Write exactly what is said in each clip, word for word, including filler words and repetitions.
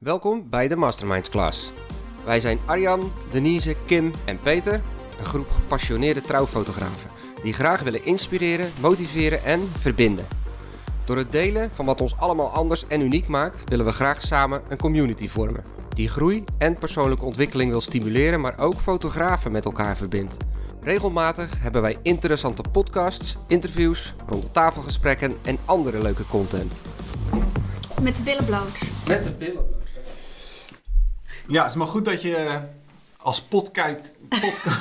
Welkom bij de Masterminds Class. Wij zijn Arjan, Denise, Kim en Peter, een groep gepassioneerde trouwfotografen die graag willen inspireren, motiveren en verbinden. Door het delen van wat ons allemaal anders en uniek maakt, willen we graag samen een community vormen die groei en persoonlijke ontwikkeling wil stimuleren, maar ook fotografen met elkaar verbindt. Regelmatig hebben wij interessante podcasts, interviews, rondetafelgesprekken en andere leuke content. Met de billen bloot. Met de billen bloot. Ja, het is maar goed dat je als podcast... Podka-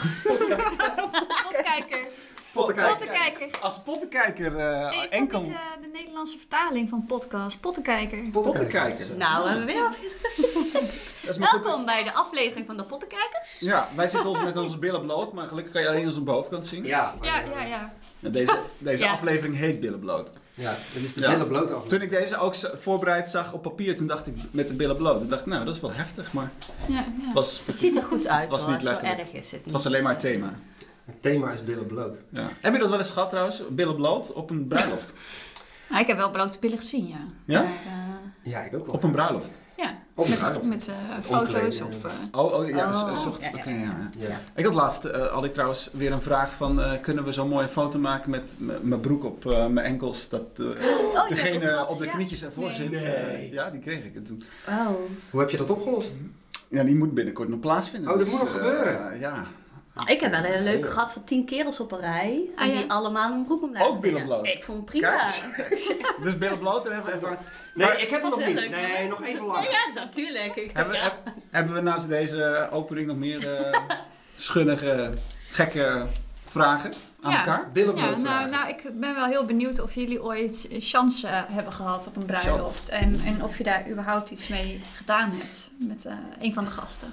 Potkijker. Pottenkijker. Als pottenkijker uh, Nee, is dat enkel... niet uh, de Nederlandse vertaling van podcast? Pottenkijker. Pottenkijker. Nou, hebben we weer wat. Dat is maar goed. Welkom bij de aflevering van de Pottenkijkers. Ja, wij zitten ons met onze billen bloot, maar gelukkig kan je alleen onze bovenkant zien. Ja, Ja, ja, ja. En deze deze Ja. aflevering heet billen bloot. ja, dit is de Ja. billen bloot aflevering. Toen ik deze ook z- voorbereid zag op papier, toen dacht ik met de billen bloot. Toen dacht ik, nou, dat is wel heftig, maar ja, ja. het was, Het ziet er goed uit was hoor, niet zo letterlijk. erg is het het niet. was alleen maar het thema. Het thema is billen bloot. Ja. Heb je dat wel eens gehad trouwens, billen bloot, op een bruiloft? Nou, ik heb wel blote billen gezien, ja. Ja? Maar, uh, Ja, ik ook wel. Op een bruiloft? ja, Op een met, bruiloft. met uh, Omkleden, foto's ja. of... Uh, Oh, oh ja, Oh, z- zocht. ja, ja. Oké, ja, ja. Ja. Ik had laatst, uh, had ik trouwens weer een vraag van, uh, kunnen we zo'n mooie foto maken met m- mijn broek op uh, mijn enkels, dat uh, Oh, ja, degene dat op de ja. knietjes ervoor Nee. zit. Nee. Uh, ja, die kreeg ik. En toen, Oh. Hoe heb je dat opgelost? ja, die moet binnenkort nog plaatsvinden. Oh, dat dus, moet nog uh, gebeuren. uh, ja. Nou, ik heb wel een leuke gehad van tien kerels op een rij. Ah, en ja? die allemaal een broek omlaag. Ook billen bloot? Ik vond het prima. Dus billen bloot, dan hebben we even... Nee, Maar- ik heb hem was nog heel niet. leuk. Nee, nog even Ja, langer. ja, natuurlijk. Ik, Hebben, we- ja. heb- hebben we naast deze opening nog meer uh, schunnige, gekke vragen aan Ja. elkaar? Billen ja, bloot nou, vragen. nou, ik ben wel heel benieuwd of jullie ooit chance uh, hebben gehad op een bruiloft. En, en of je daar überhaupt iets mee gedaan hebt met uh, een van de gasten.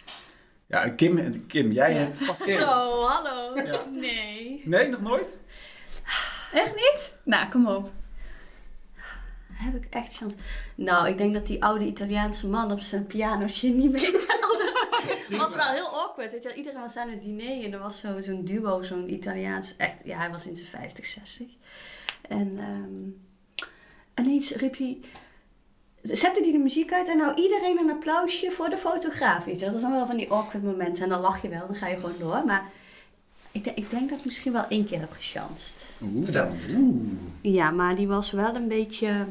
Ja, Kim, Kim jij hebt vast... Zo, hallo. Ja. Nee. Nee, nog nooit? Echt niet? Nou, kom op. Heb ik echt chance? Nou, ik denk dat die oude Italiaanse man op zijn pianootje niet meetelde. Het was wel heel awkward. Weet je wel. Iedereen was aan het diner en er was zo, zo'n duo, zo'n Italiaans. Echt, ja, hij was in zijn vijftig, zestig. En um, ineens riep hij... Zette hij de muziek uit en nou iedereen een applausje voor de fotograaf. Weet je? Dat is dan wel van die awkward momenten. En dan lach je wel, dan ga je gewoon door. Maar ik, denk, ik denk dat ik misschien wel één keer heb gechanst. Oeh. Vertel. Ja, maar die was wel een beetje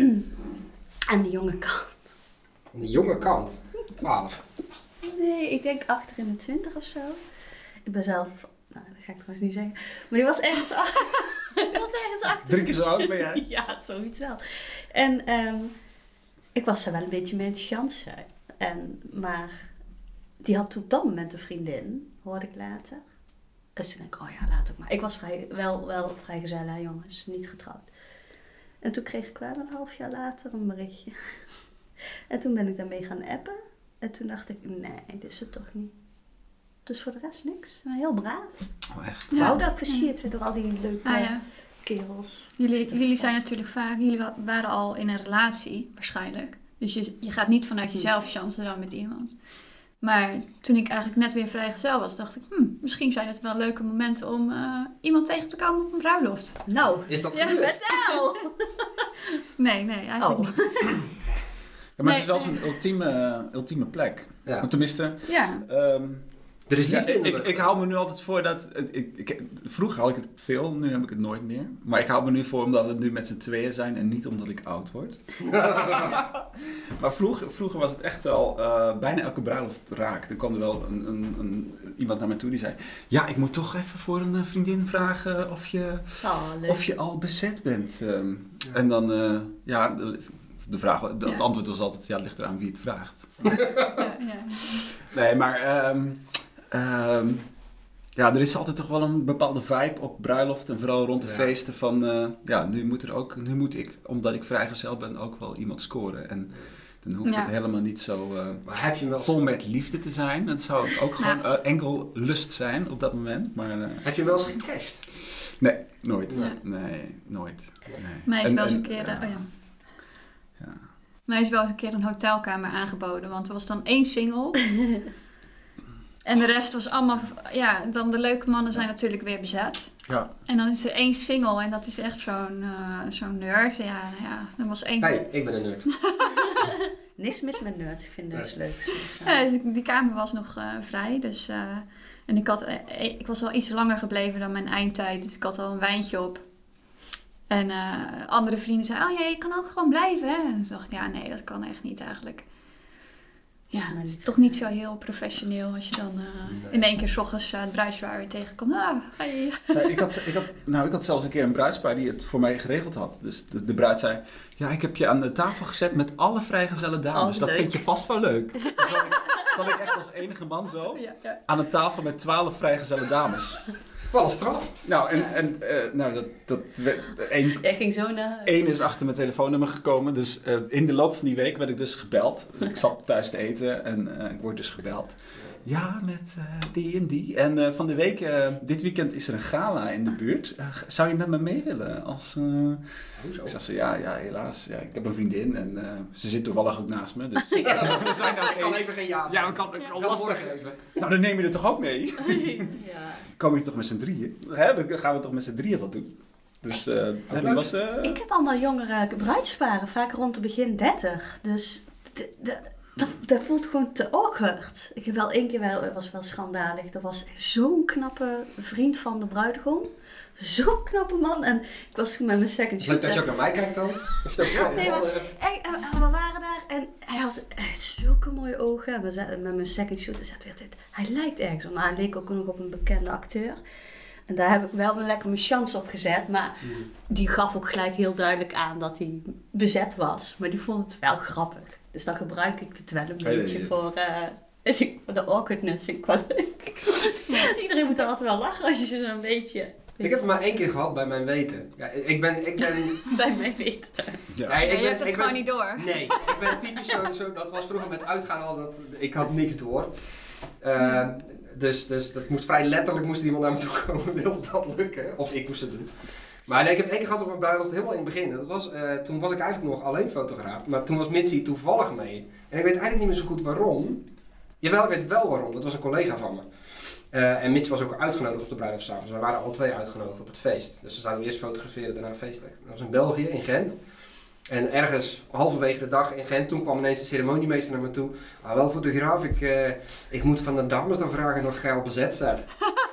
aan de jonge kant. Aan de jonge kant. twaalf. Nee, ik denk achter in de twintig of zo. Ik ben zelf... Nou, dat ga ik trouwens niet zeggen. Maar die was ergens achter. die was ergens achter. Drie keer zo oud ben jij? Ja, zoiets wel. En um, ik was er wel een beetje mee aan het chansen. En, maar die had toen op dat moment een vriendin, hoorde ik later. Dus toen denk ik, oh ja, laat ook maar. Ik was vrij, wel, wel vrijgezel, hè, jongens. Niet getrouwd. En toen kreeg ik wel een half jaar later een berichtje. En toen ben ik daarmee gaan appen. En toen dacht ik, nee, dit is het toch niet. Dus voor de rest niks. Maar heel braaf. Oh, echt? Ik wou dat ik versierd werd door al die leuke Ah, ja. kerels. Jullie, Dus dat jullie is zijn natuurlijk vaak, jullie wa- waren al in een relatie waarschijnlijk. Dus je, je gaat niet vanuit jezelf chansen dan met iemand. Maar toen ik eigenlijk net weer vrijgezel was, dacht ik, hm, misschien zijn het wel leuke momenten om uh, iemand tegen te komen op een bruiloft. Nou, Is dat Ja, gebeurd? vertel! Nee, nee, eigenlijk Oh. niet. Ja, maar Nee, het is wel nee. zo'n ultieme, ultieme plek. Ja. Want tenminste, Ja, um, Er is ja, liefde in ik, de ik, lucht. ik hou me nu altijd voor dat... Het, ik, ik, vroeger had ik het veel, nu heb ik het nooit meer. Maar ik hou me nu voor omdat we nu met z'n tweeën zijn en niet omdat ik oud word. Maar vroeger, vroeger was het echt wel uh, bijna elke bruiloft raak. Er kwam er wel een, een, een, iemand naar me toe die zei... Ja, ik moet toch even voor een vriendin vragen of je, Oh, leuk. of je al bezet bent. Um, ja. En dan, uh, ja... De, de vraag, het Ja. antwoord was altijd, ja, het ligt eraan wie het vraagt. ja, ja. Nee, maar um, um, ja, er is altijd toch wel een bepaalde vibe op bruiloft en vooral rond de Ja. feesten van, uh, ja, nu moet er ook, nu moet ik, omdat ik vrijgezel ben, ook wel iemand scoren. En dan hoeft Ja. het helemaal niet zo uh, Maar heb je hem wel, vol met liefde te zijn. Het zou ook gewoon Ja. uh, enkel lust zijn op dat moment, maar uh, heb je hem wel eens gecashed? nee, nooit. Ja. Nee, nooit. Nee. Mij is En- wel eens en- een keer... de- ja. oh ja. Ja. Mij is wel eens een keer een hotelkamer aangeboden, want er was dan één single. En de rest was allemaal... Ja, dan de leuke mannen zijn natuurlijk weer bezet. Ja. En dan is er één single en dat is echt zo'n uh, zo'n nerd. Ja, nou ja, er was één... Hey, ik ben een nerd. Niks mis met nerds. Ik vind nerds leuk. Ja, dus die kamer was nog uh, vrij. Dus, uh, en ik, had, uh, ik was al iets langer gebleven dan mijn eindtijd. Dus ik had al een wijntje op. En uh, andere vrienden zeiden, oh ja, je kan ook gewoon blijven. Hè? En toen dacht ik, ja nee, dat kan echt niet eigenlijk. Ja, het is toch niet zo heel professioneel als je dan uh, nee. in één keer 's ochtends uh, het bruidspaar weer tegenkomt. Ah, hey. Ja, ik, had, ik, had, nou, ik had zelfs een keer een bruidspaar die het voor mij geregeld had. Dus de, de bruid zei, ja, ik heb je aan de tafel gezet met alle vrijgezelle dames. Oh, dat leuk. vind je vast wel leuk. Dus zal, ik, zal ik echt als enige man zo Ja, ja. aan een tafel met twaalf vrijgezelle dames. Wat een straf. Nou, en, en uh, nou, dat, dat één, Jij ging zo naar... één is achter mijn telefoonnummer gekomen. Dus uh, in de loop van die week werd ik dus gebeld. Ik zat thuis te eten en uh, ik word dus gebeld. Ja, met uh, die en die. En uh, van de week, uh, dit weekend is er een gala in de buurt. Uh, zou je met me mee willen? Als, uh... Hoezo? Ik zeg zo, ja, ja, helaas. Ja, ik heb een vriendin en uh, ze zit toevallig ook naast me. Dus uh, we zijn ook Ik kan even geen ja Ja, ik kan, ik kan Wel lastig. doorgeven. Nou, dan neem je er toch ook mee? Ja. Kom je toch met z'n drieën? Hè? Dan gaan we toch met z'n drieën wat doen. Dus uh, ja, die was... Uh... Ik heb allemaal jongere bruidsparen, vaak rond de begin dertig. Dus de, de, dat, dat voelt gewoon te awkward. Ik heb wel één keer wel, het was wel schandalig. Er was zo'n knappe vriend van de bruidegom. Zo'n knappe man. En ik was met mijn second Leuk shoot. dat je ook naar mij kijkt dan. Als je dat ja, Nee, maar, en, en, en we waren daar en hij had echt zulke mooie ogen. En we zaten met mijn second shoot. En zei, hij lijkt ergens op. Maar hij leek ook nog op een bekende acteur. En daar heb ik wel lekker mijn chance op gezet. Maar mm. die gaf ook gelijk heel duidelijk aan dat hij bezet was. Maar die vond het wel grappig. Dus dan gebruik ik het wel een hey, beetje hey, voor, uh, voor de awkwardness. Vind ik wel leuk. Iedereen moet er altijd wel lachen als je zo'n beetje... Ik heb het maar één keer gehad bij mijn weten. Ja, ik ben... Ik ben... bij mijn weten. Ja. Nee, ik ja, ben, je hebt het ik gewoon ben, niet door. Nee, ik ben typisch zo, zo... Dat was vroeger met uitgaan al dat... Ik had niks door. Uh, dus, dus dat moest vrij letterlijk moest iemand naar me toe komen. Wil dat lukken? Of ik moest het doen. Maar nee, ik heb één keer gehad op mijn bruiloft helemaal in het begin. Dat was, uh, toen was ik eigenlijk nog alleen fotograaf. Maar toen was Mitzi toevallig mee. En ik weet eigenlijk niet meer zo goed waarom. Jawel, ik weet wel waarom. Dat was een collega van me. Uh, en Mitch was ook uitgenodigd op de bruiloftsavond. We waren alle twee uitgenodigd op het feest. Dus we zouden eerst fotograferen, daarna feesten. Dat was in België, in Gent. En ergens halverwege de dag in Gent, toen kwam ineens de ceremoniemeester naar me toe. Ah, wel fotograaf, ik, uh, ik moet van de dames dan vragen of jij al bezet staat.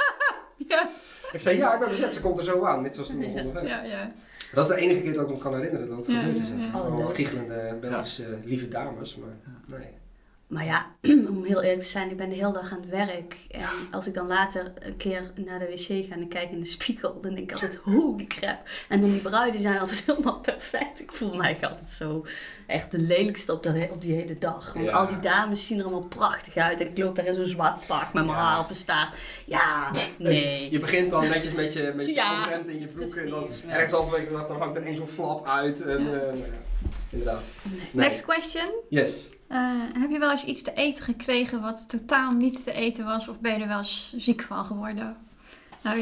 Ja. Ik zei, ja, ik ben bezet, ze komt er zo aan. Mitch was toen nog onderweg. Ja, ja. Dat is de enige keer dat ik me kan herinneren dat het Ja, gebeurd is. ja, ja. Het Oh, waren leuk. giechelende Belgische uh, lieve dames, maar nee. Maar ja, om heel eerlijk te zijn, ik ben de hele dag aan het werk. En ja. als ik dan later een keer naar de wc ga en ik kijk in de spiegel, dan denk ik altijd, holy crap. En dan die bruiden zijn altijd helemaal perfect. Ik voel mij altijd zo echt de lelijkste op, de, op die hele dag. Want Ja. al die dames zien er allemaal prachtig uit. En ik loop daar in zo'n zwart pak met mijn Ja. haar op een staart. Ja, nee. Je begint dan netjes met je, met je Ja, overhemd in je broek en dan precies, ja. ergens halverwege de dag dan hangt er één zo'n flap uit. En, uh, nou ja, inderdaad. Nee. Next question. Yes. Uh, heb je wel eens iets te eten gekregen wat totaal niet te eten was? Of ben je er wel eens ziek van geworden? Nou,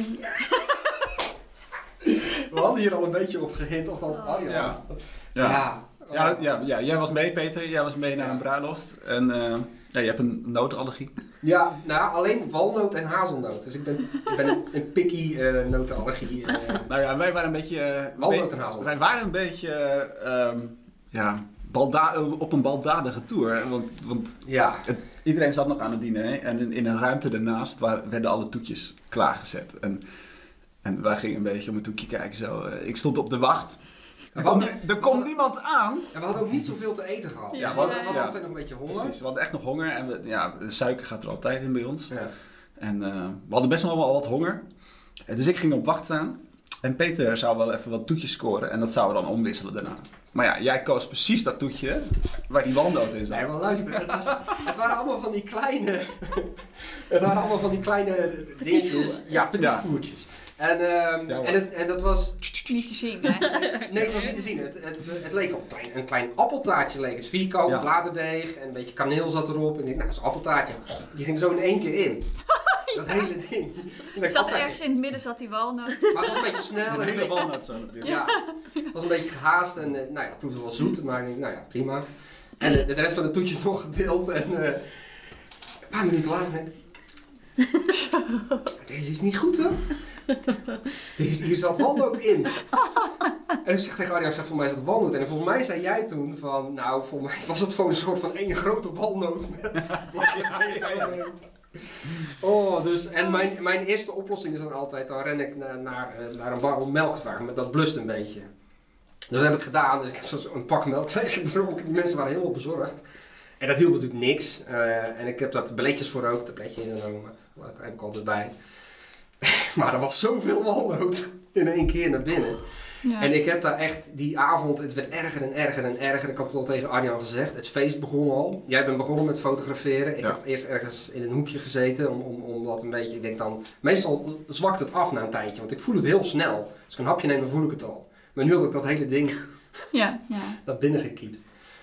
We hadden hier al een beetje op gehint, of als Arjan. Ja. Ja. Ja. Ja, ja, ja, jij was mee, Peter. Jij was mee naar een bruiloft. En uh, ja, je hebt een notenallergie. Ja, nou alleen walnoot en hazelnoot. Dus ik ben, ik ben een, een picky uh, notenallergie. Uh, Nou ja, wij waren een beetje... Uh, walnoot en hazelnoot. Wij waren een beetje... Uh, um, ja, balda- op een baldadige tour. Want, want Ja. het, iedereen zat nog aan het diner. En in, in een ruimte ernaast waar, werden alle toetjes klaargezet. En, en wij gingen een beetje om het toekje kijken. Zo. Uh, ik stond op de wacht. Er We komt, hadden- er komt niemand aan. En we hadden ook niet zoveel te eten gehad. Ja, Ja, we hadden, we ja, hadden ja. altijd nog een beetje honger. Precies, we hadden echt nog honger. En we, ja, de suiker gaat er altijd in bij ons. Ja. En uh, we hadden best wel wel wat honger. Uh, dus ik ging op wacht staan. En Peter zou wel even wat toetjes scoren. En dat zouden we dan omwisselen daarna. Maar ja, jij koos precies dat toetje waar die walnoot in zat. Nee, maar luister, het, was, het waren allemaal van die kleine... het waren allemaal van die kleine dingetjes. Ja, petit Ja. voertjes. En, um, Ja, hoor. en, het, en dat was... niet te zien eigenlijk. Nee, het was niet te zien. Het, het, het leek op een klein, een klein appeltaartje. Leek. Het vierkant, Ja. bladerdeeg en een beetje kaneel zat erop. En ik dacht, nou, dat is een appeltaartje. Die ging zo in één keer in. Dat hele ding. En Ik ik zat appeltaartje. ergens in het midden, zat die walnoot. Maar het was een beetje snel. Een en een hele beetje- walnoot zo. Ja, het was een beetje gehaast en uh, nou ja, het proefde wel zoet, maar ik denk, nou ja, prima. En de, de rest van de toetjes nog gedeeld en uh, een paar minuten later denk ik, Deze is niet goed, hè? Deze, hier zat walnoot in. En ik zeg tegen Arjan, ik zeg, volgens mij zat walnoot in. En volgens mij zei jij toen van, nou, volgens mij was het gewoon een soort van één grote walnoot met Oh, dus, en mijn, mijn eerste oplossing is dan altijd, dan ren ik naar, naar, naar een bar om melk te vragen, maar dat blust een beetje. Dus dat heb ik gedaan, dus ik heb zo'n pak melk gedronken. Die mensen waren heel bezorgd. En dat hielp natuurlijk niks. Uh, en ik heb daar tabletjes voor ook, tabletje ingenomen. Dat heb ik altijd bij. Maar er was zoveel walnoot in één keer naar binnen. Ja. En ik heb daar echt die avond, het werd erger en erger en erger. Ik had het al tegen Arjan gezegd, het feest begon al. Jij bent begonnen met fotograferen. Ik ja. heb eerst ergens in een hoekje gezeten, om, om, om dat een beetje, ik denk dan, meestal zwakt het af na een tijdje. Want ik voel het heel snel. Als ik een hapje neem, dan voel ik het al. Maar nu had ik dat hele ding ja, ja. naar binnen gekiept.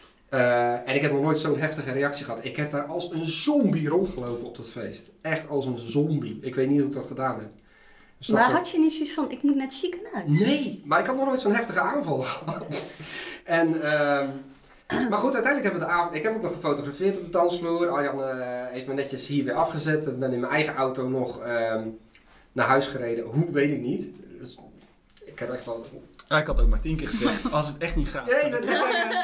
Uh, en ik heb nog nooit zo'n heftige reactie gehad. Ik heb daar als een zombie rondgelopen op dat feest. Echt als een zombie. Ik weet niet hoe ik dat gedaan heb. Dus maar had je niet zoiets van, ik moet net ziekenhuis? Nee, maar ik had nog nooit zo'n heftige aanval gehad. En, uh, maar goed, uiteindelijk hebben we de avond... Ik heb ook nog gefotografeerd op de dansvloer. Arjan uh, heeft me netjes hier weer afgezet. Ik ben in mijn eigen auto nog uh, naar huis gereden. Hoe, weet ik niet. Dus, ik heb echt wel... Ja, ik had ook maar tien keer gezegd, als het echt niet gaat. Nee, dat is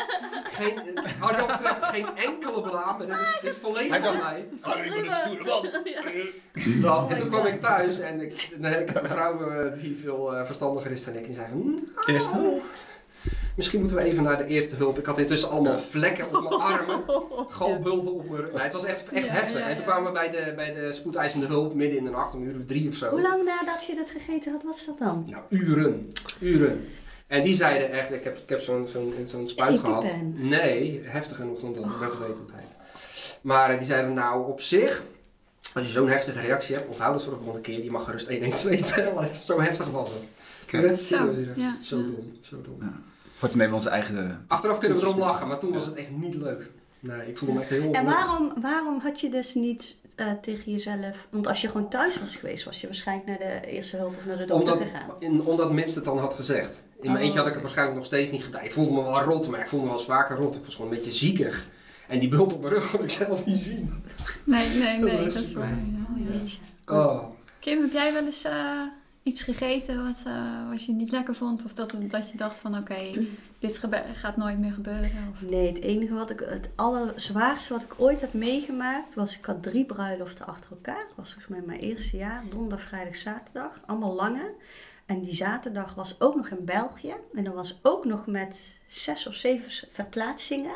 geen, Arjan betreft geen enkele blaam. Dit is, dit is volledig van mij. Oh, ik ben een stoere man. Ja. En toen kwam ik thuis en ik, nee, ik heb een vrouw uh, die veel uh, verstandiger is dan ik. Die zei van, nou, eerste hulp. Misschien moeten we even naar de eerste hulp. Ik had intussen allemaal vlekken op mijn armen. Galbulten op mijn rug. Nee, het was echt, echt ja, heftig. Ja, ja. En toen kwamen we bij de, bij de spoedeisende hulp midden in de nacht, om uur of drie of zo. Hoe lang nadat je dat gegeten had, was dat dan? Nou, uren. Uren. En die zeiden echt, ik heb, ik heb zo'n, zo'n, zo'n spuit ja, gehad. Nee, heftiger nog dan dat. Ik ben vergeten hoe het heet. Maar die zeiden, nou op zich, als je zo'n heftige reactie hebt, onthoud het voor de volgende keer. Die mag gerust één één twee bellen. Zo heftig was het. Okay. Zo, ja. zo dom. Zo dom. Ja. Voor te nemen onze eigen... Achteraf kunnen we erom lachen, maar toen was het echt niet leuk. Nee, ik vond hem echt heel En waarom, waarom had je dus niet uh, tegen jezelf... Want als je gewoon thuis was geweest, was je waarschijnlijk naar de eerste hulp of naar de dokter omdat, gegaan. In, omdat Mits het dan had gezegd. In mijn oh. eentje had ik het waarschijnlijk nog steeds niet gedaan. Ik voelde me wel rot, maar ik voelde me wel eens vaker rot. Ik was gewoon een beetje ziekig. En die bult op mijn rug kon ik zelf niet zien. Nee, nee, nee, dat is waar. Ja, ja. Oh. Kim, heb jij wel eens... Uh... iets gegeten wat, uh, wat je niet lekker vond? Of dat, dat je dacht van oké, okay, dit gebe- gaat nooit meer gebeuren? Of? Nee, het enige wat ik, het allerzwaarste wat ik ooit heb meegemaakt was, ik had drie bruiloften achter elkaar. Dat was volgens mij mijn eerste jaar, donderdag, vrijdag, zaterdag. Allemaal lange. En die zaterdag was ook nog in België. En dat was ook nog met zes of zeven verplaatsingen.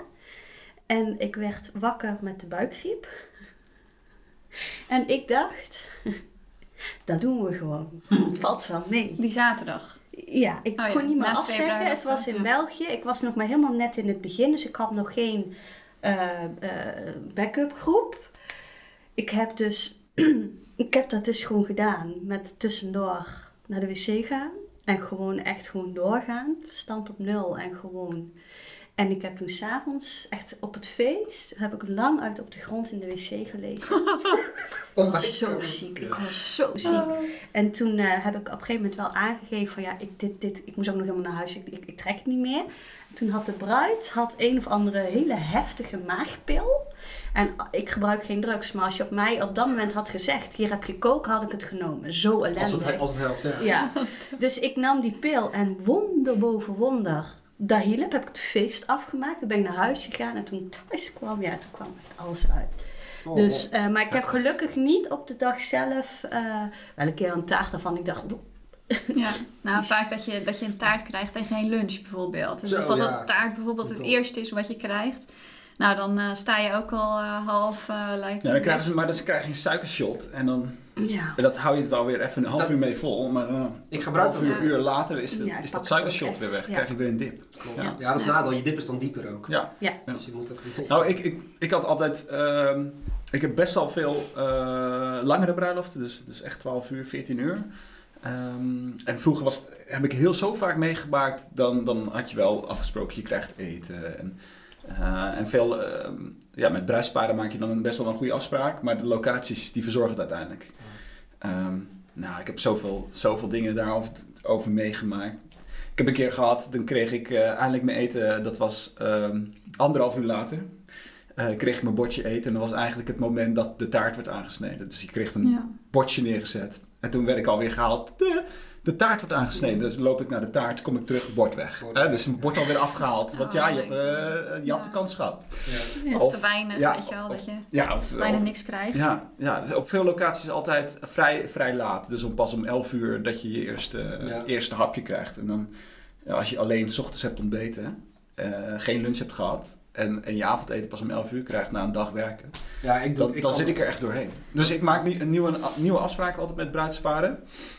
En ik werd wakker met de buikgriep. En ik dacht... Dat doen we gewoon. Het valt wel mee. Die zaterdag? Ja, ik oh, kon ja. niet meer afzeggen. Het was in ja. België. Ik was nog maar helemaal net in het begin. Dus ik had nog geen uh, uh, backup groep. Ik heb dus... ik heb dat dus gewoon gedaan. Met tussendoor naar de wc gaan. En gewoon echt gewoon doorgaan. Stand op nul en gewoon... En ik heb toen s'avonds, echt op het feest, heb ik lang uit op de grond in de wc gelegen. Ik was zo ziek, ik was zo ziek. Oh. En toen uh, heb ik op een gegeven moment wel aangegeven van ja, ik, dit, dit, ik moest ook nog helemaal naar huis, ik, ik, ik trek het niet meer. En toen had de bruid had een of andere hele heftige maagpil. En ik gebruik geen drugs, maar als je op mij op dat moment had gezegd, hier heb je kook, had ik het genomen. Zo ellendig. Als het, als het helpt, ja. ja. Dus ik nam die pil en wonder boven wonder... Dat hielp, heb ik het feest afgemaakt. Toen ben ik naar huis gegaan en toen ik thuis kwam, ja, toen kwam echt alles uit. Oh, dus, uh, maar ik heb gelukkig niet op de dag zelf, uh, wel een keer een taart ervan. Ik dacht, ja, nou vaak dat je, dat je een taart krijgt en geen lunch bijvoorbeeld. Dus Zo, als dat ja. een taart bijvoorbeeld het eerste is wat je krijgt, nou dan uh, sta je ook al uh, half uh, like ja, dan krijgen ze, maar dan krijg je een suikershot en dan ja. en dat hou je het wel weer even een half dat, uur mee vol, maar uh, ik gebruik een half uur, ja. uur later is, de, ja, is dat suikershot weer weg, dan ja. krijg je weer een dip. Ja, ja. ja dat is ja. nadeel, je dip is dan dieper ook. Ja. Ja. Dus je moet dat weer top. Nou, ik, ik, ik had altijd, uh, ik heb best wel veel uh, langere bruiloften, dus, dus echt twaalf uur, veertien uur. Um, en vroeger was het, heb ik heel zo vaak meegemaakt, dan, dan had je wel afgesproken, je krijgt eten en... Uh, en veel, uh, ja, met bruidsparen maak je dan best wel een goede afspraak, maar de locaties die verzorgen het uiteindelijk. Um, nou, ik heb zoveel, zoveel dingen daarover over meegemaakt. Ik heb een keer gehad, dan kreeg ik uh, eindelijk mijn eten, dat was um, anderhalf uur later. uh, kreeg ik mijn bordje eten. En dat was eigenlijk het moment dat de taart werd aangesneden. Dus je kreeg een Ja. bordje neergezet. En toen werd ik alweer gehaald. De, de taart wordt aangesneden. Dus loop ik naar de taart, kom ik terug, bord weg. Bord. Uh, dus mijn bord alweer afgehaald. Want Oh, ja, je, my hebt, uh, je had Ja. de kans gehad. Ja. Of, Of- te weinig, ja, weet je wel, of- dat je Ja, of, bijna of- niks krijgt. Ja, ja, op veel locaties is het altijd vrij, vrij laat. Dus om pas om elf uur dat je je eerste, Ja. eerste hapje krijgt. En dan, ja, als je alleen 's ochtends hebt ontbeten, uh, geen lunch hebt gehad en, en je avondeten pas om elf uur krijgt na een dag werken, Ja, ik doe, dan, ik dan kan- zit ik er echt doorheen. Dus ik maak nu een nieuwe, nieuwe afspraak altijd met bruidsparen.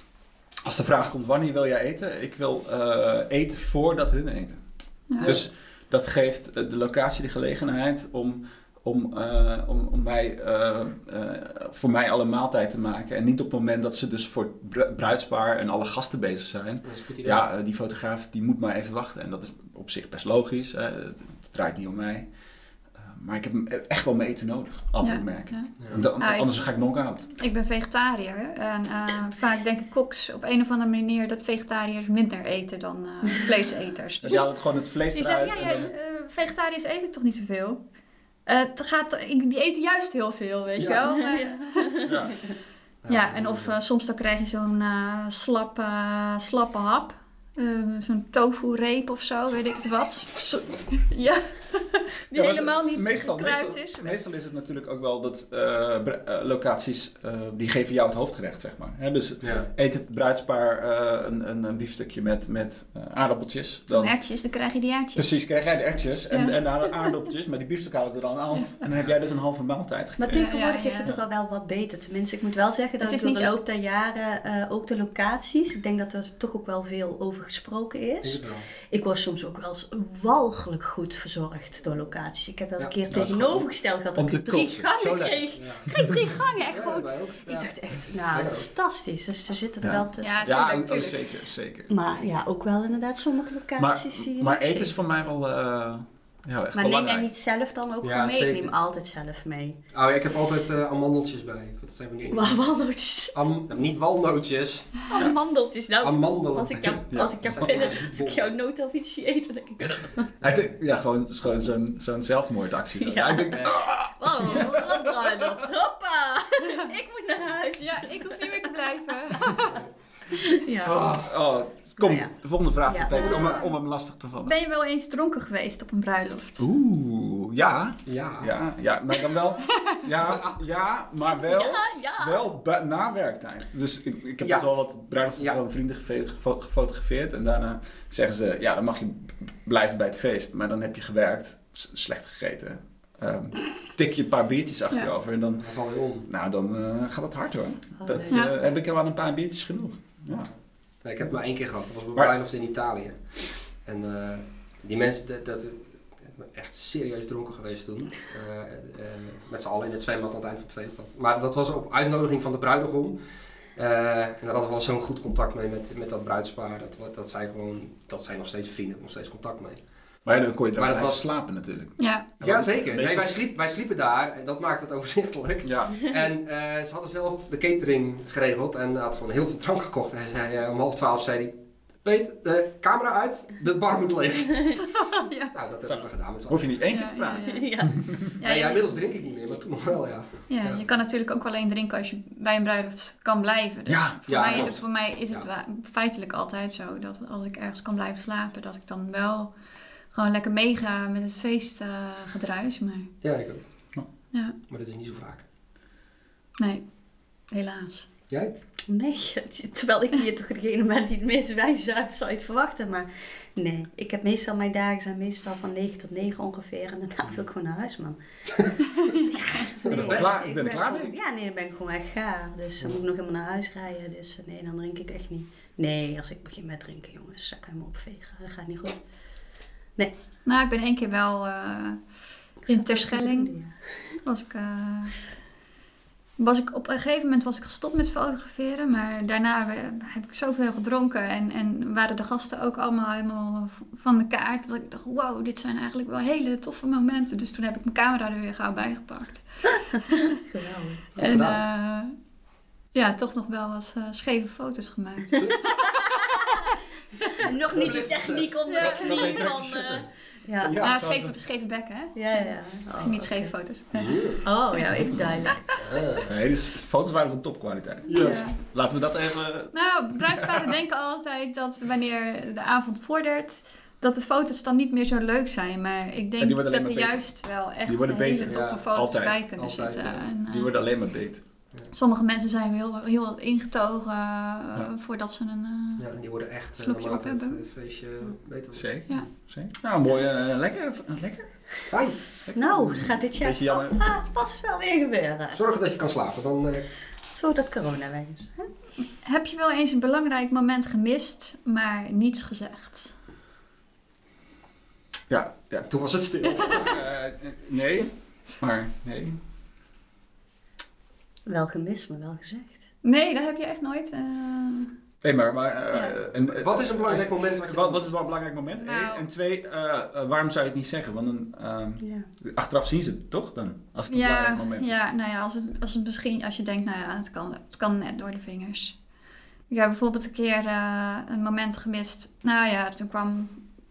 Als de vraag komt, wanneer wil jij eten? Ik wil uh, eten voordat hun eten. Ja. Dus dat geeft de locatie de gelegenheid om, om, uh, om, om mij, uh, uh, voor mij alle maaltijd te maken. En niet op het moment dat ze dus voor het bru- bruidspaar en alle gasten bezig zijn. Dat is een goed idee. Ja, uh, die fotograaf die moet maar even wachten. En dat is op zich best logisch. Uh, het, het draait niet om mij. Uh, maar ik heb echt wel mijn eten nodig. Altijd Ja, merk ik. ja. Ja. En dan- Ah, ik- anders ga ik knock-out. Ik ben vegetariër en uh, vaak denken koks op een of andere manier dat vegetariërs minder eten dan uh, vleeseters. Dus Ja, dat gewoon het vlees die eruit. zeggen, ja, en ja, dan- uh, vegetariërs eten toch niet zoveel? Uh, het gaat, die eten juist heel veel, weet Ja. je wel. Maar, ja. ja, en of uh, soms dan krijg je zo'n uh, slappe, slappe hap. Uh, zo'n tofu-reep of zo, weet ik het wat. Zo- ja, die Ja, maar helemaal niet meestal, gekruid meestal, is. Meestal is het natuurlijk ook wel dat uh, br- uh, locaties, uh, die geven jou het hoofdgerecht, zeg maar. Hè? Dus Ja. eet het bruidspaar uh, een, een, een biefstukje met, met uh, aardappeltjes. Dan, Erwtjes, dan krijg je die erwtjes. precies, krijg jij de erwtjes en, Ja. en de aardappeltjes, maar die biefstuk halen ze er dan af. En dan heb jij dus een halve maaltijd Maar gekregen. tegenwoordig Ja, ja, is het ja. toch al wel wat beter. Tenminste, ik moet wel zeggen dat Het ik is door de niet- loop der jaren uh, ook de locaties, ik denk dat er toch ook wel veel over gesproken Ik denk is. het wel. Ik was soms ook wel eens walgelijk goed verzorgd door locaties. Ik heb wel eens Ja, een keer dat is tegenovergesteld gehad om dat te ik drie kotsen. Zo gangen lekker. kreeg. Ja. Ik kreeg drie gangen, echt Ja, gewoon. wij ook. Ja. Ik dacht echt, nou, Ja. dat is fantastisch. Dus er zitten er Ja. wel tussen. Ja, Ja, tuurlijk, oh, tuurlijk. zeker, zeker. Maar ja, ook wel inderdaad sommige Maar, locaties zie je maar niks eten in. is voor mij wel uh, ja, echt Maar neem belangrijk. jij niet zelf dan ook Ja, gewoon mee? zeker. Ik neem altijd zelf mee. Oh ja, ik heb altijd uh, amandeltjes bij. Dat zijn van die... Maar walnootjes. Am, niet walnootjes, Amandeltjes. Nou, amandelen. als ik jou, Ja. als ik jou, Dat zijn pillen, gewoon als ik jouw noot of iets zie eten, dan denk ik... Hij denkt- Ja, gewoon, gewoon zo'n, zo'n zelfmoordactie. Ja. Hij denkt, Oh, wat een bruiloft. Hoppa! Ik moet naar huis. Ja, ik hoef niet meer te blijven. Ja. oh, kom, Nou ja. de volgende vraag Ja. van Peter, om, Uh, om hem lastig te vallen. Ben je wel eens dronken geweest op een bruiloft? Oeh, ja. Ja. Ja, ja, maar dan wel. Ja, ja maar wel, Ja, ja. wel bu- na werktijd. Dus ik, ik heb Ja. best wel wat bruiloften Ja. van vrienden gefe- gefo- gefotografeerd. En daarna zeggen ze, ja, dan mag je b- blijven bij het feest. Maar dan heb je gewerkt, s- slecht gegeten. Ehm, tik je een paar biertjes achterover en dan, Dan val je om. nou, dan eh, gaat het hard hoor. Oh, Dat nee. eh, Ja. heb ik wel aan een paar biertjes genoeg. Ja. Nee, ik heb het maar één keer gehad. Dat was bij Maar- een bruiloft in Italië. En uh, die mensen, dat, dat echt serieus dronken geweest toen. Uh, uh, met z'n allen in het zwembad aan het eind van het feest. Dat. Maar dat was op uitnodiging van de bruidegom. Uh, en daar hadden we wel zo'n goed contact mee met, met dat bruidspaar. Dat, dat, zij gewoon, dat zijn nog steeds vrienden, nog steeds contact mee. Maar ja, dan kon je er Maar ook dat blijven was- slapen natuurlijk. Ja. Ja, zeker. Nee, Meestal- wij, sliep, wij sliepen daar en dat maakt het overzichtelijk. Ja. En uh, ze hadden zelf de catering geregeld en had gewoon heel veel drank gekocht. Hij zei uh, om half twaalf zei hij, Peet, de camera uit, de bar moet leeg. Ja. Nou, dat hebben we gedaan met z'n Hoef allen. je niet één keer Ja, te vragen. ja, ja. Ja. Ja, Ja, je- ja, inmiddels drink ik niet meer, maar toen nog wel, ja. ja, Ja. je kan natuurlijk ook alleen drinken als je bij een bruiloft kan blijven. Dus Ja. voor, Ja, mij, klopt. voor mij is het Ja. wa- feitelijk altijd zo dat als ik ergens kan blijven slapen, dat ik dan wel gewoon lekker meega met het feestgedruis. maar Ja, ik ook. ja, Maar dat is niet zo vaak. nee, helaas. Jij? Nee, terwijl ik hier toch degene ben die het meest wijs zuipt, zou je het verwachten. Maar nee, ik heb meestal, mijn dagen zijn meestal van negen tot negen ongeveer. En daarna wil ik gewoon naar huis, man. Ja, ben er klaar- ik ben er klaar mee. gewoon- Ja, nee, dan ben ik gewoon echt gaar. Dus dan moet ik nog helemaal naar huis rijden. Dus eh, nee, dan drink ik echt niet. Nee, als ik begin met drinken, jongens, dan kan je me opvegen. Dat gaat niet goed. Nou, ik ben één keer wel uh, in Terschelling. Ja. Was ik, uh, was ik op een gegeven moment was ik gestopt met fotograferen, maar daarna we- heb ik zoveel gedronken en, en waren de gasten ook allemaal helemaal v- van de kaart dat ik dacht, wow, dit zijn eigenlijk wel hele toffe momenten. Dus toen heb ik mijn camera er weer gauw bij gepakt. Geweldig. Goed En gedaan. uh, ja, toch nog wel wat uh, scheve foto's gemaakt. nog niet de techniek onder Ja. de Dat knie weet je van... te shutten. eh, ja. Ja. nou, scheve, scheve bekken, hè? Ja, ja. Oh, Niet oké. scheve foto's. Oh, ja, even duidelijk. Nee, dus foto's waren van topkwaliteit. Juist. Ja. Laten we dat even... Nou, bruidsparen denken altijd dat wanneer de avond vordert, dat de foto's dan niet meer zo leuk zijn. Maar ik Ja, denk die worden dat alleen er maar juist wel Die echt worden hele beter. toffe Ja, foto's altijd. bij kunnen Altijd, zitten. ja. En, Die eh, worden alleen maar beter. sommige mensen zijn heel, heel ingetogen uh, voordat ze een... Uh, Ja, en die worden echt uh, Slokje naarmate op het hebben. uh, feestje beter wordt. Zeker. Ja. Zeker. Nou, mooi. Uh, lekker. Uh, lekker. Fijn. Nou, gaat dit jaar Beetje jammer. ah, vast wel weer gebeuren. Zorg dat je kan slapen. Dan, uh, Zodat corona weg is. heb je wel eens een belangrijk moment gemist, maar niets gezegd? Ja, ja. toen was het stil. Uh, nee, maar nee. Wel gemist, maar wel gezegd. Nee, dat heb je echt nooit. Uh... Nee, maar... maar uh, Ja. en, uh, Wat is een belangrijk moment? Wat, je Wat, wat is wel een belangrijk moment? Nou. Eén. En twee, uh, uh, waarom zou je het niet zeggen? Want een, um, Ja. achteraf zien ze het toch dan? Als het een Ja, belangrijk moment is. ja, nou ja, als het, als het misschien, als je denkt, nou ja, het kan, het kan net door de vingers. Ik heb bijvoorbeeld een keer uh, een moment gemist. Nou ja, toen kwam,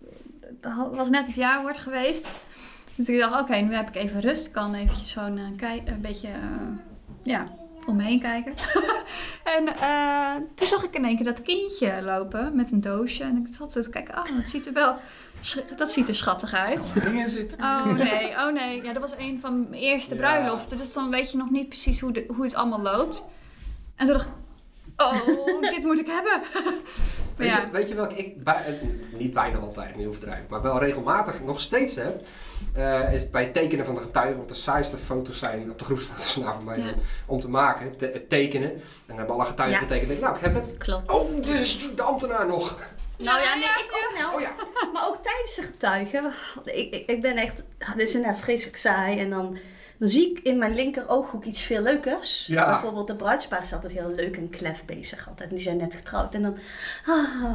het was net het jaarwoord geweest. Dus ik dacht, oké, okay, nu heb ik even rust. Ik kan eventjes zo'n uh, kei- een beetje, uh, ja, om me heen kijken. en uh, toen zag ik in één keer dat kindje lopen met een doosje. En ik zat zo te kijken, oh, dat ziet er wel, dat ziet er schattig uit. Zou er dingen in zitten? Oh nee, oh nee. Ja, dat was een van mijn eerste Ja. bruiloften. Dus dan weet je nog niet precies hoe, de, hoe het allemaal loopt. En toen dacht ik, oh, dit moet ik hebben. maar Weet, ja, je, weet je welke ik bij, eh, niet bijna altijd, niet overdrijven, maar wel regelmatig nog steeds heb? Uh, is het bij het tekenen van de getuigen, want de saaiste foto's zijn op de groepsfoto's nou van mij Ja. om te maken, te, het tekenen. En dan hebben alle getuigen Ja. getekend. Nou, ik heb het. Klopt. Oh, dus de ambtenaar nog. Nou ja, nee, Ja, ik ook wel. Oh ja. Maar ook tijdens de getuigen. Ik, ik, ik ben echt... Dit is inderdaad vreselijk saai. En dan, dan zie ik in mijn linker ooghoek iets veel leukers. Ja. Bijvoorbeeld de bruidspaar is altijd heel leuk en klef bezig. Altijd. Die zijn net getrouwd. En dan... Ah,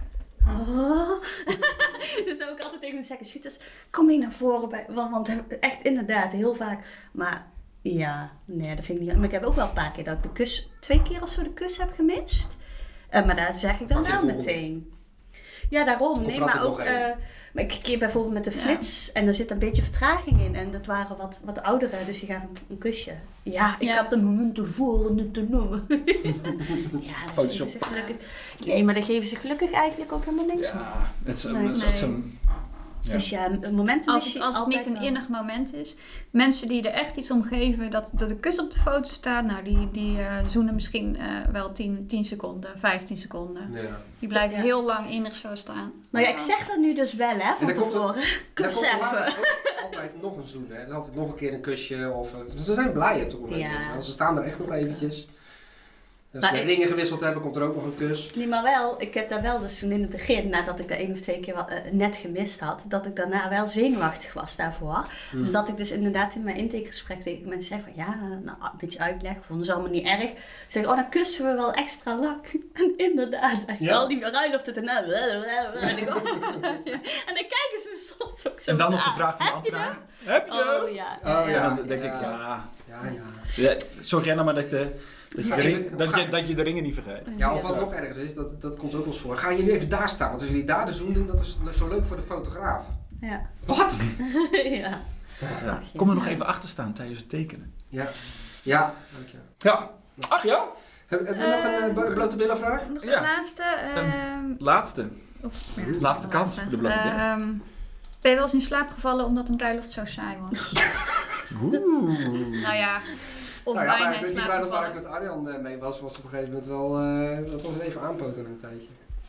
oh. Dus dan ook altijd tegen mijn zeggen. Dus kom mee naar voren. Bij, want, want echt inderdaad heel vaak. Maar ja, nee, dat vind ik niet... Maar ik heb ook wel een paar keer dat ik de kus... Twee keer of zo de kus heb gemist. Uh, maar daar zeg ik dan Pak je wel de volgende? meteen. Ja, daarom. Komt Nee, er maar altijd ook... nog één? Uh, maar ik keer bijvoorbeeld met de Ja. flits en er zit een beetje vertraging in. En dat waren wat, wat ouderen, dus die gaven een kusje. Ja, ik Ja. had de momenten voor om het te noemen. ja, dat Photoshop. geven ze gelukkig... Nee, maar daar geven ze gelukkig eigenlijk ook helemaal niks om. Ja, het is, Nee. het is Nee. ook zo'n... Ja. Dus ja, een moment als het, als het niet een innig moment is. Mensen die er echt iets om geven dat, dat de kus op de foto staat. Nou, die, die uh, zoenen misschien uh, wel tien seconden, vijftien seconden. Ja. Die blijven Ja. heel lang innig zo staan. Nou ja, ik zeg dat nu dus wel, hè, van En dan komt er- tevoren. Dan Kus komt er later even. ook altijd nog een zoen. Hè. Er is altijd nog een keer een kusje. Of, uh, ze zijn blij op het moment. Ja. weet je wel. Ze staan er echt nog eventjes. Als Maar ze de ik- ringen gewisseld hebben, komt er ook nog een kus. Nee, maar wel, ik heb daar wel dus toen in het begin, nadat ik dat één of twee keer wel, uh, net gemist had, dat ik daarna wel zenuwachtig was daarvoor. Hmm. Dus dat ik dus inderdaad in mijn intakegesprek tegen mensen zei van ja, nou, een beetje uitleg, vonden ze allemaal niet erg. Zeg ik, oh dan kussen we wel extra lang. En inderdaad, en Ja. al die bruiloften daarna. En ik- en dan kijken ze me soms ook zo En dan nog de aan. vraag van de Heb je ambtenaar. Heb je dat? hem? Oh ja. Oh, ja. En dan denk ik, Ja. ja... Ja, ja. ja zorg jij nou maar dat, de, dat, je Ga de ring, even- dat, ga- je, dat je de ringen niet vergeet. Ja, of wat nog erger is, dat, dat komt ook wel eens voor. Ga je nu even daar staan, want als jullie daar de zoen doen, dat is zo leuk voor de fotograaf. Ja. Wat? ja. Ja. Kom er nog even achter staan tijdens het tekenen. Ja. Ja, dank je. Ja. Ach ja, Heb- Hebben we nog een uh, blo- blote billen vraag? Nog Ja. een laatste. ehm, laatste. of, ja, Laatste de kans voor de blote billen. Ehm, ben je wel eens in slaap gevallen omdat een bruiloft zo saai was? Oeh. nou ja, of Nou ja, bijna maar in die slaap bruiloft waar ik gevallen. met Arjan eh, mee was, was op een gegeven moment wel, uh, dat was even aanpoten een tijdje.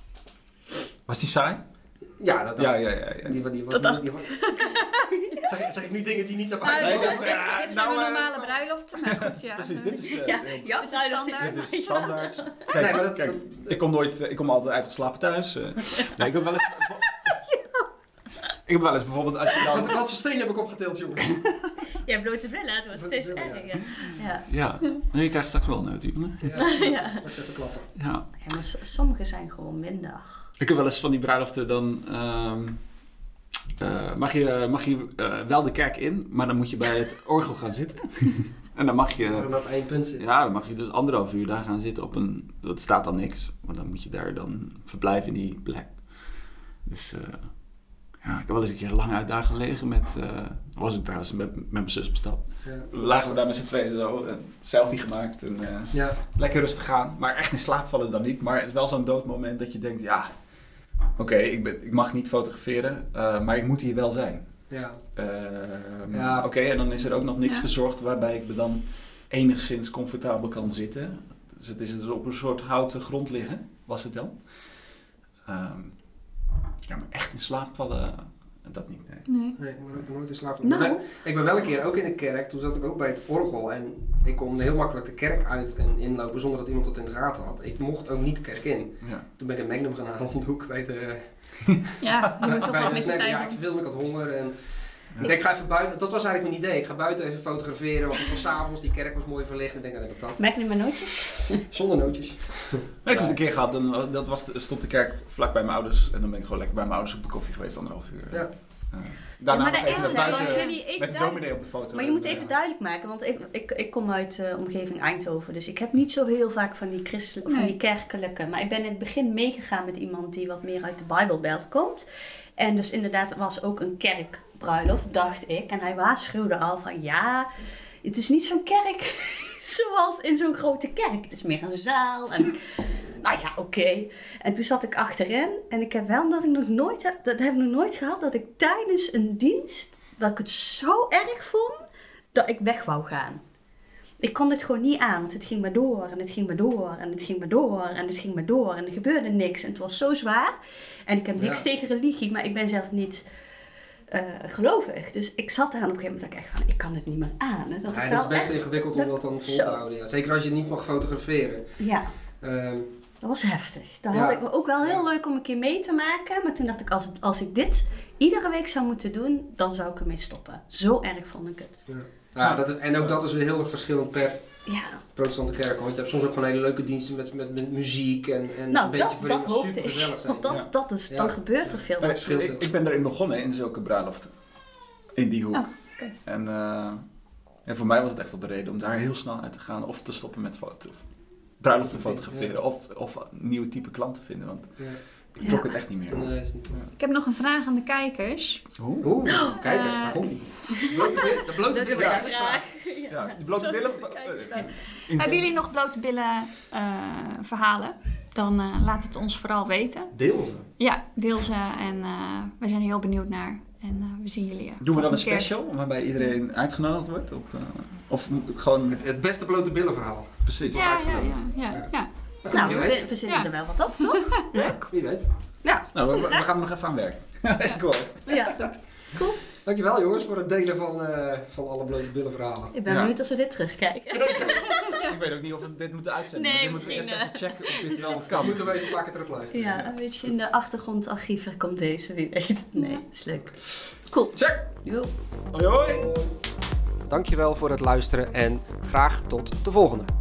Was die saai? Ja, dat, Ja, ja, ja. ja. Die, die, die, Dat was, die, die, zeg, ik- zeg ik nu dingen die niet naar Nou, buiten dit, Nee, komen? dit, ja, dit zijn nou, mijn eh, normale bruiloften, maar goed, ja. Precies, dit is de... Ja, de- ja, Dit is standaard. Dit is standaard. Kijk, Nee, maar dat- kijk dat- ik kom nooit, ik kom altijd uitgeslapen thuis. eh. Nee, ik heb wel eens... Ik heb wel eens bijvoorbeeld als je Wat, dan... wat voor steen heb ik opgetild, jongen? Ja, blote billen, het wordt Blote steeds billen, erger. Ja. Ja, nee, je krijgt straks wel een natuurlijk. Ja, Ja. straks even klappen. Ja. Ja, maar so- sommige zijn gewoon minder. Ik heb wel eens van die bruiloften dan... ehm, eh, mag je, mag je eh, wel de kerk in, maar dan moet je bij het orgel gaan zitten. En dan mag Mag je... je maar op één punt zitten. Ja, dan mag je dus anderhalf uur daar gaan zitten op een... Dat staat dan niks. Maar dan moet je daar dan verblijven in die plek. Dus uh, ja, ik heb wel eens een keer lang uit daar gelegen met, uh, was ik trouwens met, met mijn zus op stap. Ja. Lagen we daar met z'n tweeën zo, een selfie gemaakt en uh, ja. lekker rustig gaan. Maar echt in slaap vallen dan niet. Maar het is wel zo'n doodmoment dat je denkt, ja, oké, okay, ik, ben, ik mag niet fotograferen, uh, maar ik moet hier wel zijn. Ja. Uh, ja. Oké, okay, en dan is er ook nog niks ja. verzorgd waarbij ik me dan enigszins comfortabel kan zitten. Dus het is dus op een soort houten grond liggen, was het dan. Um, ja, maar echt in slaap vallen, dat niet, nee. Nee, nee ik moet nooit in slaap vallen. Nou. Ik ben wel een keer ook in de kerk, toen zat ik ook bij het orgel en ik kon heel makkelijk de kerk uit en inlopen zonder dat iemand dat in de gaten had. Ik mocht ook niet de kerk in. Ja. Toen ben ik een Magnum gaan halen om de hoek bij de... Ja, je moet toch wel met je tijd Ja, ik verveelde me, ik had honger en... Ja. Ik denk, ik ga even buiten, dat was eigenlijk mijn idee. Ik ga buiten even fotograferen, want het was 's avonds, die kerk was mooi verlicht. Ik denk, dan heb ik dat. Maak nu maar nootjes? Zonder nootjes. Ja, ik heb het een keer gehad, dan, dat was, stond de kerk vlak bij mijn ouders. En dan ben ik gewoon lekker bij mijn ouders op de koffie geweest, anderhalf uur. Ja. Uh, daarna ja, nog even naar buiten even met de dominee op de foto. Maar je moet even ja. duidelijk maken, want ik, ik, ik kom uit de uh, omgeving Eindhoven. Dus ik heb niet zo heel vaak van die christelijke, nee. van die kerkelijke. Maar ik ben in het begin meegegaan met iemand die wat meer uit de Bijbelbelt komt. En dus inderdaad was ook een kerkbruiloft, dacht ik. En hij waarschuwde al van ja, het is niet zo'n kerk zoals in zo'n grote kerk. Het is meer een zaal. En nou ja, oké. Okay. En toen zat ik achterin. En ik heb wel dat ik nog nooit, dat heb ik nog nooit gehad, dat ik tijdens een dienst, dat ik het zo erg vond, dat ik weg wou gaan. Ik kon het gewoon niet aan, want het ging maar door en het ging maar door en het ging maar door en het ging maar door en er gebeurde niks. En het was zo zwaar. En ik heb niks ja. tegen religie, maar ik ben zelf niet uh, gelovig. Dus ik zat daar en op een gegeven moment dacht ik echt van, ik kan het niet meer aan. Dat, ja, dat is best echt ingewikkeld om dat dan vol te houden. Ja. Zeker als je niet mag fotograferen. Ja. Um, dat was heftig. Dat ja. had ik ook wel heel leuk om een keer mee te maken. Maar toen dacht ik, als, als ik dit iedere week zou moeten doen, dan zou ik ermee stoppen. Zo erg vond ik het. Ja. Ja, dat is, en ook dat is weer heel erg verschillend per ja. protestante kerk. Want je hebt soms ook gewoon hele leuke diensten met, met, met muziek en, en nou, een beetje dat, dat hoopte super ik. gezellig zijn. Want dat, ja. dat is, dan ja. gebeurt er veel. Ja, ik, ik ben erin begonnen in zulke bruiloften. In die hoek. Oh, okay. En, uh, en voor mij was het echt wel de reden om daar heel snel uit te gaan. Of te stoppen met foto, bruiloft te fotograferen. Ja. Of, of een nieuwe type klant te vinden. Want ja. ik trok ja. het echt niet meer. Nee, is niet, ja. Ik heb nog een vraag aan de kijkers. Oeh, Oeh uh, kijkers, daar komt ie. De blote billen. Ja, ja. ja, de blote billen. Uh, Hebben jullie nog blote billen uh, verhalen? Dan uh, laat het ons vooral weten. Deel ze. Ja, deel ze. En uh, we zijn er heel benieuwd naar. En uh, we zien jullie. Uh, Doen we dan een special keer. Waarbij iedereen uitgenodigd wordt? Op, uh, of gewoon... Het, het beste blote billen verhaal. Precies. Ja, ja, ja. ja, ja. ja. Nou, we, we zitten ja. er wel wat op, toch? Leuk. Wie weet. Ja. Nou, we, we gaan er nog even aan werken. Ja. Ik hoor het. Ja, cool. Dankjewel jongens voor het delen van, uh, van alle blote billen verhalen. Ik ben ja. benieuwd als we dit terugkijken. Ik weet ook niet of we dit moeten uitzenden. Nee, dit moeten we eerst even checken of dit wel kan. Moeten we even pakken terugluisteren. Ja, een beetje in de achtergrondarchieven komt deze, wie weet. Nee, is leuk. Cool. Check. Jo. Hoi hoi. Dankjewel voor het luisteren en graag tot de volgende.